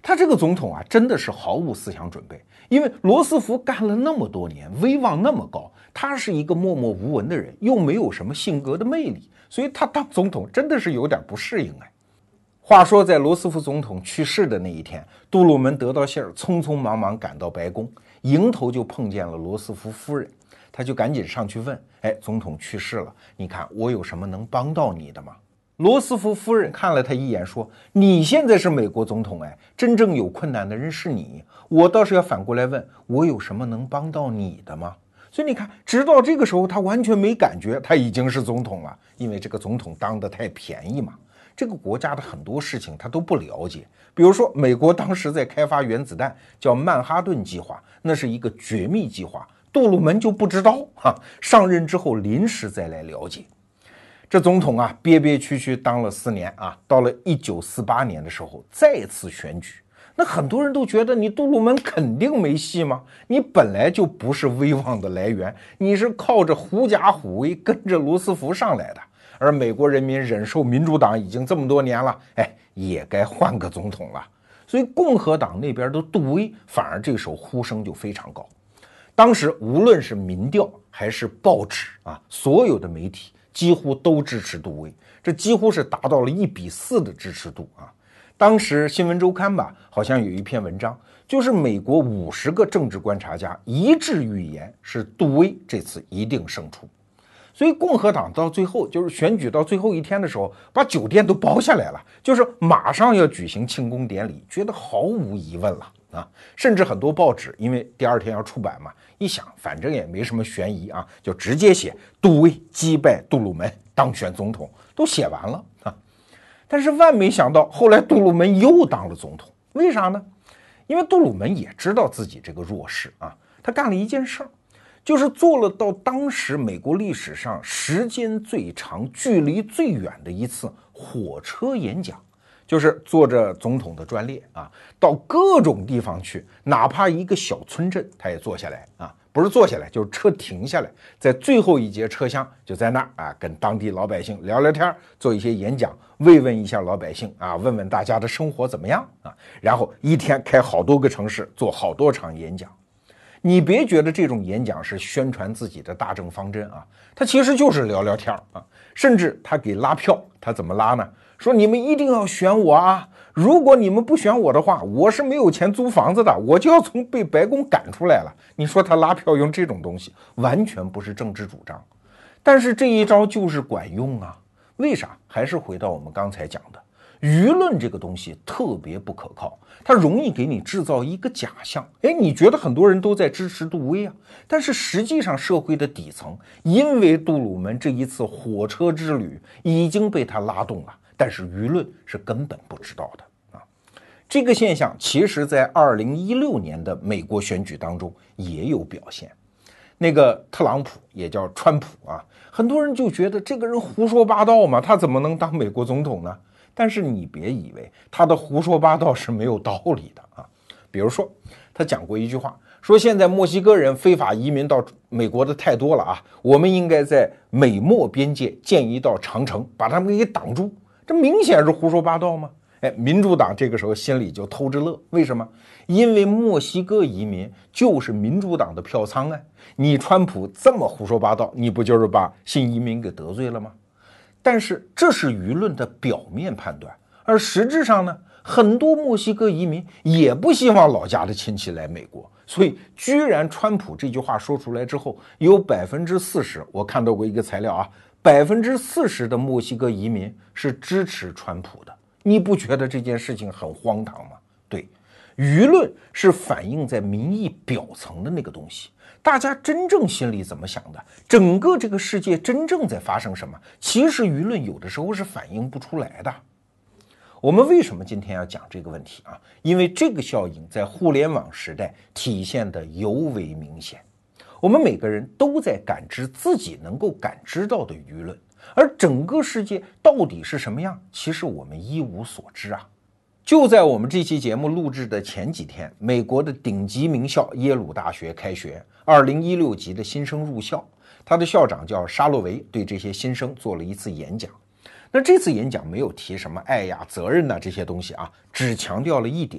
他这个总统啊，真的是毫无思想准备，因为罗斯福干了那么多年，威望那么高，他是一个默默无闻的人，又没有什么性格的魅力，所以他当总统真的是有点不适应哎。话说，在罗斯福总统去世的那一天，杜鲁门得到信儿，匆匆忙忙赶到白宫，迎头就碰见了罗斯福夫人，他就赶紧上去问：“哎，总统去世了，你看我有什么能帮到你的吗？”罗斯福夫人看了他一眼，说：“你现在是美国总统，哎，真正有困难的人是你，我倒是要反过来问，我有什么能帮到你的吗？”所以你看，直到这个时候，他完全没感觉他已经是总统了，因为这个总统当得太便宜嘛。这个国家的很多事情他都不了解，比如说美国当时在开发原子弹，叫曼哈顿计划，那是一个绝密计划，杜鲁门就不知道哈，上任之后临时再来了解。这总统啊，憋憋屈屈当了四年啊，到了一九四八年的时候再次选举，那很多人都觉得你杜鲁门肯定没戏吗？你本来就不是威望的来源，你是靠着狐假虎威跟着罗斯福上来的。而美国人民忍受民主党已经这么多年了，哎，也该换个总统了。所以共和党那边的杜威反而这时候呼声就非常高。当时无论是民调还是报纸啊，所有的媒体几乎都支持杜威，这几乎是达到了一比四的支持度啊。当时新闻周刊吧，好像有一篇文章，就是美国五十个政治观察家一致预言是杜威这次一定胜出。所以共和党到最后，就是选举到最后一天的时候，把酒店都包下来了，就是马上要举行庆功典礼，觉得毫无疑问了啊！甚至很多报纸因为第二天要出版嘛，一想反正也没什么悬疑啊，就直接写杜威击败杜鲁门当选总统，都写完了啊。但是万没想到，后来杜鲁门又当了总统，为啥呢？因为杜鲁门也知道自己这个弱势啊，他干了一件事儿。就是做了到当时美国历史上时间最长、距离最远的一次火车演讲，就是坐着总统的专列啊，到各种地方去，哪怕一个小村镇，他也坐下来啊，不是坐下来，就是车停下来，在最后一节车厢就在那儿啊，跟当地老百姓聊聊天，做一些演讲，慰问一下老百姓啊，问问大家的生活怎么样啊，然后一天开好多个城市，做好多场演讲。你别觉得这种演讲是宣传自己的大政方针啊，他其实就是聊聊天啊。甚至他给拉票，他怎么拉呢？说你们一定要选我啊！如果你们不选我的话，我是没有钱租房子的，我就要从被白宫赶出来了。你说他拉票用这种东西，完全不是政治主张。但是这一招就是管用啊！为啥？还是回到我们刚才讲的。舆论这个东西特别不可靠，它容易给你制造一个假象。哎，你觉得很多人都在支持杜威啊，但是实际上社会的底层因为杜鲁门这一次火车之旅已经被他拉动了，但是舆论是根本不知道的啊。这个现象其实在二零一六年的美国选举当中也有表现。那个特朗普也叫川普啊，很多人就觉得这个人胡说八道嘛，他怎么能当美国总统呢？但是你别以为他的胡说八道是没有道理的啊！比如说，他讲过一句话，说现在墨西哥人非法移民到美国的太多了啊，我们应该在美墨边界建一道长城，把他们给挡住。这明显是胡说八道吗？哎，民主党这个时候心里就偷着乐，为什么？因为墨西哥移民就是民主党的票仓啊！你川普这么胡说八道，你不就是把新移民给得罪了吗？但是这是舆论的表面判断，而实质上呢，很多墨西哥移民也不希望老家的亲戚来美国，所以居然川普这句话说出来之后，有百分之四十，我看到过一个材料啊，百分之四十的墨西哥移民是支持川普的。你不觉得这件事情很荒唐吗？对，舆论是反映在民意表层的那个东西。大家真正心里怎么想的，整个这个世界真正在发生什么，其实舆论有的时候是反映不出来的。我们为什么今天要讲这个问题啊？因为这个效应在互联网时代体现得尤为明显。我们每个人都在感知自己能够感知到的舆论，而整个世界到底是什么样，其实我们一无所知啊。就在我们这期节目录制的前几天，美国的顶级名校耶鲁大学开学，二零一六级的新生入校，他的校长叫沙洛维，对这些新生做了一次演讲。那这次演讲没有提什么爱呀、责任呐这些东西啊，只强调了一点，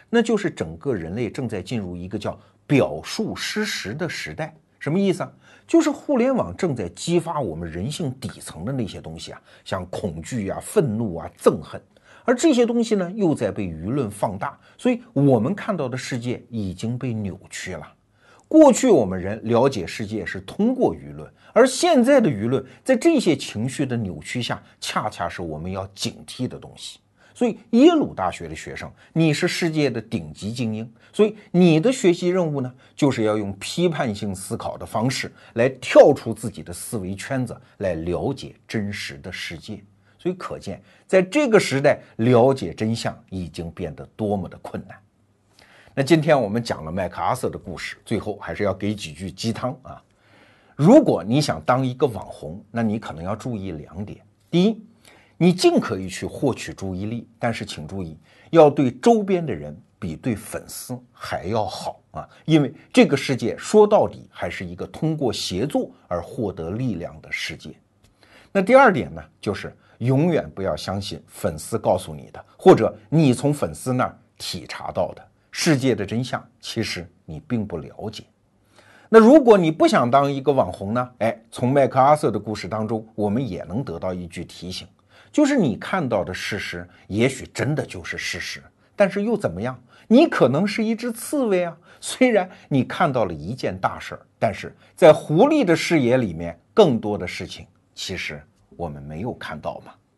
那就是整个人类正在进入一个叫表述失实的时代。什么意思啊？就是互联网正在激发我们人性底层的那些东西啊，像恐惧啊、愤怒啊、憎恨，而这些东西呢，又在被舆论放大，所以我们看到的世界已经被扭曲了。过去我们人了解世界是通过舆论，而现在的舆论在这些情绪的扭曲下，恰恰是我们要警惕的东西。所以耶鲁大学的学生，你是世界的顶级精英，所以你的学习任务呢，就是要用批判性思考的方式来跳出自己的思维圈子，来了解真实的世界。所以可见，在这个时代，了解真相已经变得多么的困难。那今天我们讲了麦克阿瑟的故事，最后还是要给几句鸡汤啊。如果你想当一个网红，那你可能要注意两点。第一，你尽可以去获取注意力，但是请注意，要对周边的人比对粉丝还要好啊，因为这个世界说到底还是一个通过协作而获得力量的世界。那第二点呢，就是永远不要相信粉丝告诉你的，或者你从粉丝那儿体察到的世界的真相，其实你并不了解。那如果你不想当一个网红呢？哎，从麦克阿瑟的故事当中，我们也能得到一句提醒，就是你看到的事实，也许真的就是事实，但是又怎么样？你可能是一只刺猬啊！虽然你看到了一件大事儿，但是在狐狸的视野里面，更多的事情其实我们没有看到嘛。